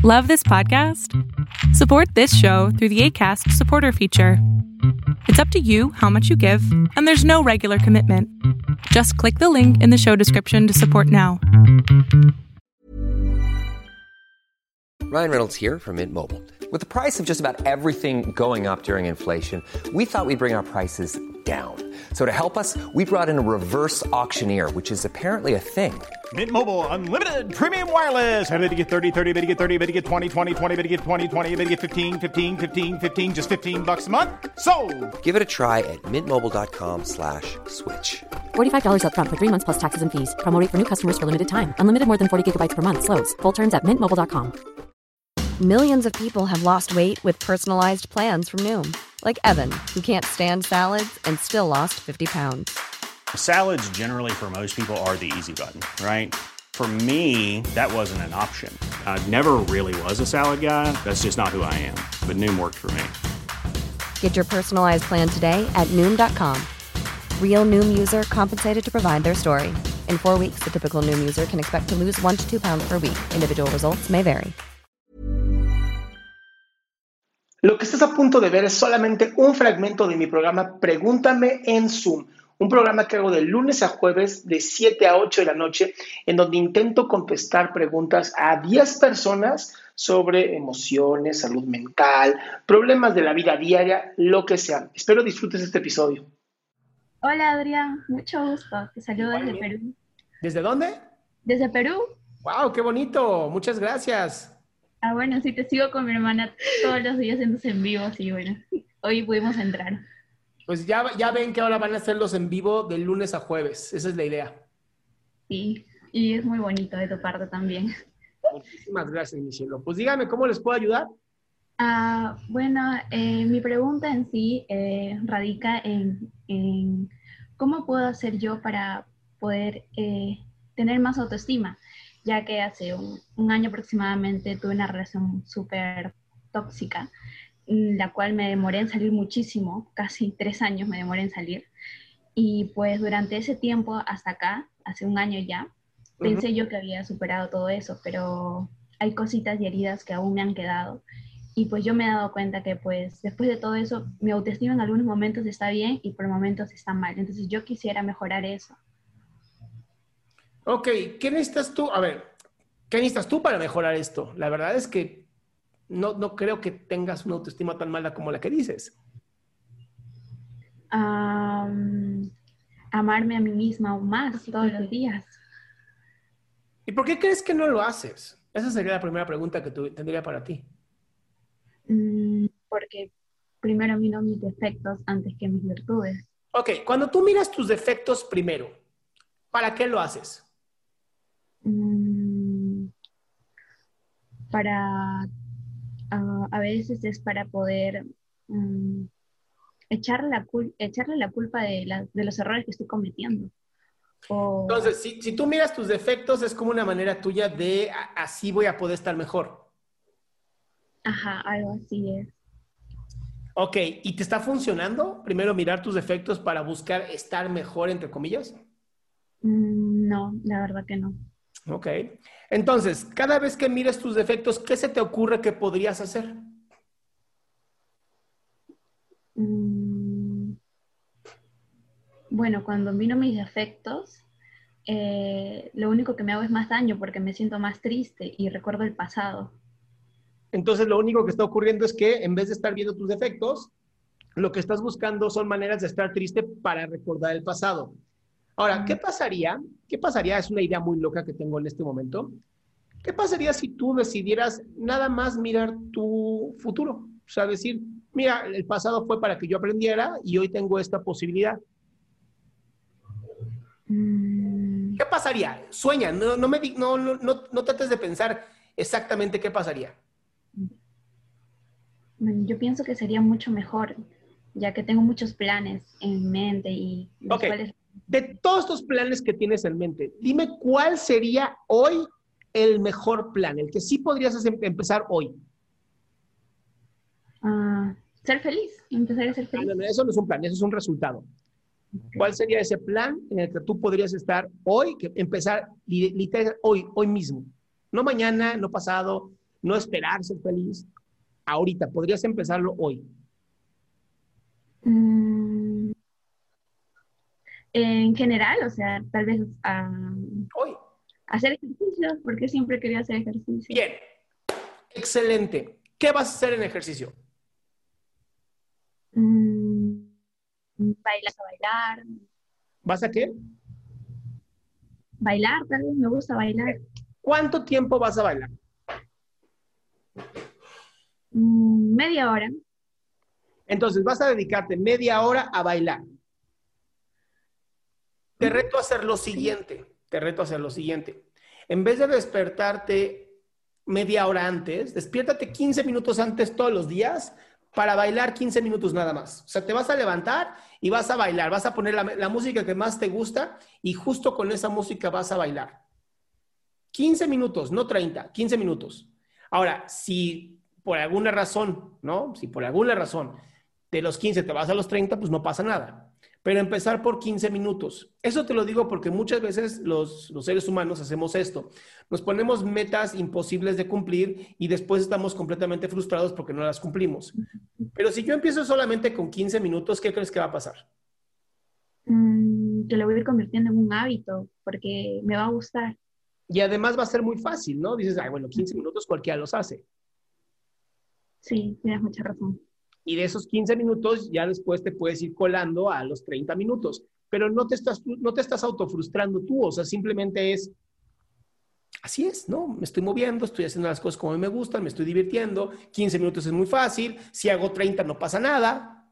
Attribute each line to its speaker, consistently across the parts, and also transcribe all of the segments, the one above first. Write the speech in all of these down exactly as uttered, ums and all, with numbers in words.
Speaker 1: Love this podcast? Support this show through the Acast supporter feature. It's up to you how much you give, and there's no regular commitment. Just click the link in the show description to support now.
Speaker 2: Ryan Reynolds here from Mint Mobile. With the price of just about everything going up during inflation, we thought we'd bring our prices down. So to help us, we brought in a reverse auctioneer, which is apparently a thing.
Speaker 3: Mint Mobile Unlimited Premium Wireless. How to get thirty, thirty, how to get thirty, how to get twenty, twenty, twenty, how to get twenty, twenty, how to get fifteen, fifteen, fifteen, fifteen, just fifteen bucks a month? Sold!
Speaker 2: Give it a try at mintmobile.com slash switch.
Speaker 4: forty-five dollars up front for three months plus taxes and fees. Promo rate for new customers for limited time. Unlimited more than forty gigabytes per month. Slows full terms at mint mobile dot com.
Speaker 5: Millions of people have lost weight with personalized plans from Noom. Like Evan, who can't stand salads and still lost fifty pounds.
Speaker 6: Salads generally for most people are the easy button, right? For me, that wasn't an option. I never really was a salad guy. That's just not who I am. But Noom worked for me.
Speaker 5: Get your personalized plan today at Noom dot com. Real Noom user compensated to provide their story. In four weeks, the typical Noom user can expect to lose one to two pounds per week. Individual results may vary.
Speaker 7: Lo que estás a punto de ver es solamente un fragmento de mi programa Pregúntame en Zoom, un programa que hago de lunes a jueves de siete a ocho de la noche, en donde intento contestar preguntas a diez personas sobre emociones, salud mental, problemas de la vida diaria, lo que sea. Espero disfrutes este episodio.
Speaker 8: Hola Adrián, mucho gusto. Te saludo desde Perú.
Speaker 7: ¿Desde dónde?
Speaker 8: Desde Perú.
Speaker 7: ¡Wow! ¡Qué bonito! Muchas gracias.
Speaker 8: Ah, bueno, sí, te sigo con mi hermana todos los días en los en vivos y bueno, hoy pudimos entrar.
Speaker 7: Pues ya, ya ven que ahora van a hacer los en vivo de lunes a jueves. Esa es la idea.
Speaker 8: Sí, y es muy bonito de tu parte también.
Speaker 7: Muchísimas gracias, mi cielo. Pues dígame, ¿cómo les puedo ayudar?
Speaker 8: Ah, bueno, eh, mi pregunta en sí eh, radica en, en cómo puedo hacer yo para poder eh, tener más autoestima, ya que hace un, un año aproximadamente tuve una relación súper tóxica, la cual me demoré en salir muchísimo, casi tres años me demoré en salir, y pues durante ese tiempo hasta acá, hace un año ya, uh-huh. pensé yo que había superado todo eso, pero hay cositas y heridas que aún me han quedado, y pues yo me he dado cuenta que pues después de todo eso, mi autoestima en algunos momentos está bien y por momentos está mal, entonces yo quisiera mejorar eso.
Speaker 7: Ok, ¿qué necesitas tú? A ver, ¿qué necesitas tú para mejorar esto? La verdad es que no, no creo que tengas una autoestima tan mala como la que dices.
Speaker 8: Um, amarme a mí misma aún más todos los días.
Speaker 7: ¿Y por qué crees que no lo haces? Esa sería la primera pregunta que tu, tendría para ti.
Speaker 8: Mm, porque primero miro mis defectos antes que mis virtudes.
Speaker 7: Ok, cuando tú miras tus defectos primero, ¿para qué lo haces?
Speaker 8: Para uh, a veces es para poder um, echarle, la cul- echarle la culpa de, la, de los errores que estoy cometiendo. O...
Speaker 7: Entonces, si, si tú miras tus defectos, es como una manera tuya de así voy a poder estar mejor.
Speaker 8: Ajá, algo así es.
Speaker 7: Ok, ¿y te está funcionando primero mirar tus defectos para buscar estar mejor, entre comillas?
Speaker 8: Mm, no, la verdad que no.
Speaker 7: Ok. Entonces, cada vez que mires tus defectos, ¿qué se te ocurre que podrías hacer?
Speaker 8: Mm, bueno, cuando miro mis defectos, eh, lo único que me hago es más daño porque me siento más triste y recuerdo el pasado.
Speaker 7: Entonces, lo único que está ocurriendo es que en vez de estar viendo tus defectos, lo que estás buscando son maneras de estar triste para recordar el pasado. Ahora, ¿qué pasaría? ¿Qué pasaría? Es una idea muy loca que tengo en este momento. ¿Qué pasaría si tú decidieras nada más mirar tu futuro? O sea, decir, mira, el pasado fue para que yo aprendiera y hoy tengo esta posibilidad.
Speaker 8: Mm.
Speaker 7: ¿Qué pasaría? Sueña, no, no, me, no, no, no, no trates de pensar exactamente qué pasaría.
Speaker 8: Yo pienso que sería mucho mejor, ya que tengo muchos planes en mente y los
Speaker 7: okay.
Speaker 8: cuales...
Speaker 7: De todos estos planes que tienes en mente, dime cuál sería hoy el mejor plan, el que sí podrías hacer, empezar hoy.
Speaker 8: Uh, ser feliz, empezar a ser feliz.
Speaker 7: No, no, eso no es un plan, eso es un resultado. Okay. ¿Cuál sería ese plan en el que tú podrías estar hoy, que empezar literal hoy, hoy mismo? No mañana, no pasado, no esperar ser feliz. Ahorita, podrías empezarlo hoy.
Speaker 8: Mm, en general, o sea, tal vez um,
Speaker 7: Hoy.
Speaker 8: hacer ejercicio, porque siempre quería hacer ejercicio.
Speaker 7: Bien, excelente. ¿Qué vas a hacer en ejercicio?
Speaker 8: Mm, bailar, bailar.
Speaker 7: ¿Vas a qué?
Speaker 8: Bailar, tal vez me gusta bailar.
Speaker 7: ¿Cuánto tiempo vas a bailar?
Speaker 8: Mm, media hora.
Speaker 7: Entonces, vas a dedicarte media hora a bailar. Te reto a hacer lo siguiente. Te reto a hacer lo siguiente. En vez de despertarte media hora antes, despiértate quince minutos antes todos los días para bailar quince minutos nada más. O sea, te vas a levantar y vas a bailar. Vas a poner la, la música que más te gusta y justo con esa música vas a bailar. quince minutos, no treinta, quince minutos. Ahora, si por alguna razón, ¿no? Si por alguna razón de los quince te vas a los treinta, pues no pasa nada. Pero empezar por quince minutos. Eso te lo digo porque muchas veces los, los seres humanos hacemos esto. Nos ponemos metas imposibles de cumplir y después estamos completamente frustrados porque no las cumplimos. Pero si yo empiezo solamente con quince minutos, ¿qué crees que va a pasar?
Speaker 8: Mm, que lo voy a ir convirtiendo en un hábito porque me va a gustar.
Speaker 7: Y además va a ser muy fácil, ¿no? Dices, ay, bueno, quince minutos cualquiera los hace.
Speaker 8: Sí, tienes mucha razón.
Speaker 7: Y de esos quince minutos ya después te puedes ir colando a los treinta minutos. Pero no te estás, no te estás autofrustrando tú, o sea, simplemente es, así es, ¿no? Me estoy moviendo, estoy haciendo las cosas como a mí me gustan, me estoy divirtiendo, quince minutos es muy fácil, si hago treinta no pasa nada.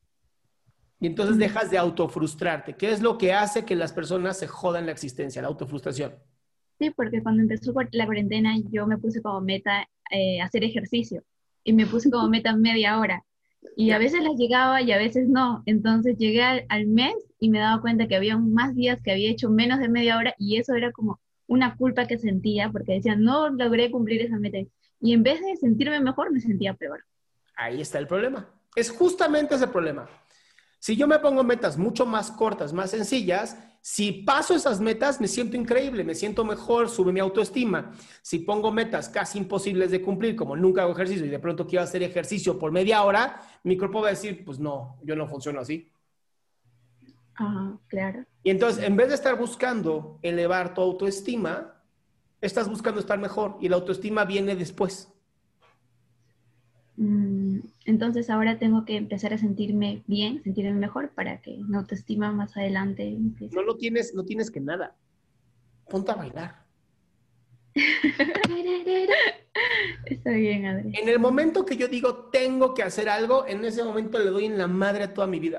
Speaker 7: Y entonces dejas de autofrustrarte. ¿Qué es lo que hace que las personas se jodan la existencia, la autofrustración?
Speaker 8: Sí, porque cuando empezó la cuarentena yo me puse como meta eh, hacer ejercicio y me puse como meta media hora. Y a veces las llegaba y a veces no. Entonces llegué al, al mes y me daba cuenta que había más días que había hecho menos de media hora y eso era como una culpa que sentía porque decía, no logré cumplir esa meta. Y en vez de sentirme mejor, me sentía peor.
Speaker 7: Ahí está el problema. Es justamente ese problema. Si yo me pongo metas mucho más cortas, más sencillas, si paso esas metas me siento increíble, me siento mejor, sube mi autoestima. Si pongo metas casi imposibles de cumplir, como nunca hago ejercicio y de pronto quiero hacer ejercicio por media hora, mi cuerpo va a decir, pues no, yo no funciono así.
Speaker 8: Ajá, claro.
Speaker 7: Y entonces, en vez de estar buscando elevar tu autoestima, estás buscando estar mejor y la autoestima viene después.
Speaker 8: Entonces ahora tengo que empezar a sentirme bien, sentirme mejor para que mi autoestima más adelante empiece.
Speaker 7: No lo tienes, no tienes que nada. Ponte a bailar.
Speaker 8: Está bien, Adri.
Speaker 7: En el momento que yo digo tengo que hacer algo, en ese momento le doy en la madre a toda mi vida.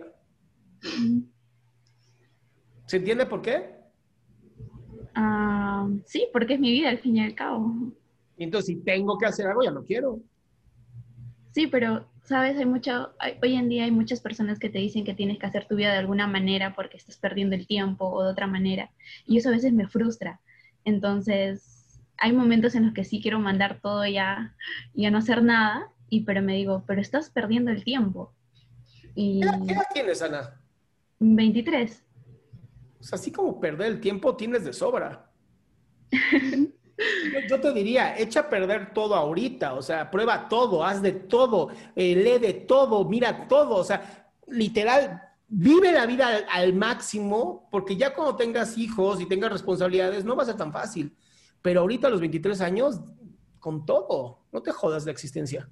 Speaker 7: ¿Se entiende por qué?
Speaker 8: Uh, sí, porque es mi vida al fin y al cabo.
Speaker 7: Y entonces si tengo que hacer algo, ya no quiero.
Speaker 8: Sí, pero, ¿sabes? Hay mucho, hay, hoy en día hay muchas personas que te dicen que tienes que hacer tu vida de alguna manera porque estás perdiendo el tiempo o de otra manera. Y eso a veces me frustra. Entonces, hay momentos en los que sí quiero mandar todo ya y a no hacer nada, y, pero me digo, pero estás perdiendo el tiempo. Y...
Speaker 7: ¿Qué edad tienes, Ana?
Speaker 8: veintitrés.
Speaker 7: O sea, así como perder el tiempo tienes de sobra. Yo, yo te diría, echa a perder todo ahorita, o sea, prueba todo, haz de todo, eh, lee de todo, mira todo, o sea, literal, vive la vida al, al máximo, porque ya cuando tengas hijos y tengas responsabilidades no va a ser tan fácil, pero ahorita a los veintitrés años, con todo, no te jodas la existencia.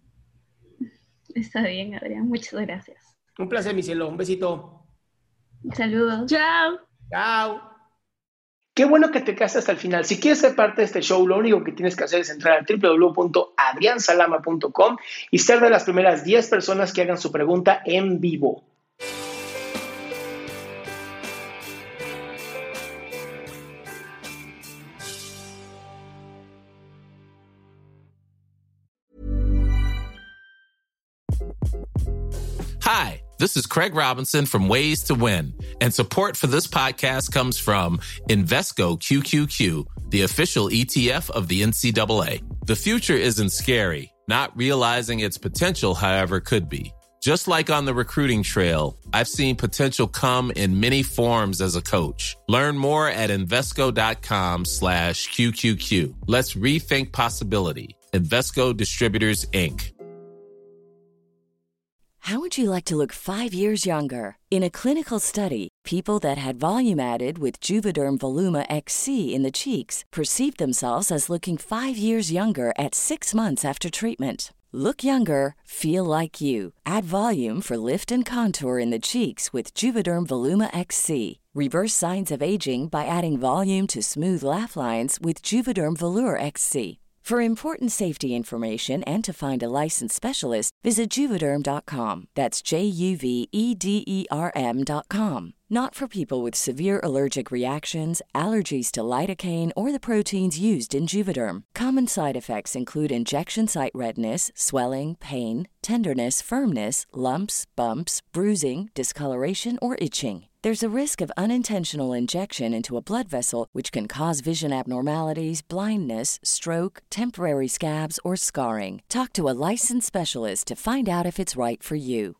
Speaker 8: Está bien, Adrián, muchas gracias.
Speaker 7: Un placer, mi cielo, un besito.
Speaker 8: Saludos.
Speaker 1: Chao.
Speaker 7: Chao. Qué bueno que te quedaste hasta el final. Si quieres ser parte de este show, lo único que tienes que hacer es entrar a doble u doble u doble u punto adrian salama punto com y ser de las primeras diez personas que hagan su pregunta en vivo.
Speaker 9: Hi, this is Craig Robinson from Ways to Win, and support for this podcast comes from Invesco Q Q Q, the official E T F of the N C double A. The future isn't scary. Not realizing its potential, however, could be. Just like on the recruiting trail, I've seen potential come in many forms as a coach. Learn more at Invesco.com slash QQQ. Let's rethink possibility. Invesco Distributors, Incorporated.
Speaker 10: How would you like to look five years younger? In a clinical study, people that had volume added with Juvederm Voluma X C in the cheeks perceived themselves as looking five years younger at six months after treatment. Look younger, feel like you. Add volume for lift and contour in the cheeks with Juvederm Voluma X C. Reverse signs of aging by adding volume to smooth laugh lines with Juvederm Volure X C. For important safety information and to find a licensed specialist, visit Juvederm dot com. That's J U V E D E R M dot com. Not for people with severe allergic reactions, allergies to lidocaine, or the proteins used in Juvederm. Common side effects include injection site redness, swelling, pain, tenderness, firmness, lumps, bumps, bruising, discoloration, or itching. There's a risk of unintentional injection into a blood vessel, which can cause vision abnormalities, blindness, stroke, temporary scabs, or scarring. Talk to a licensed specialist to find out if it's right for you.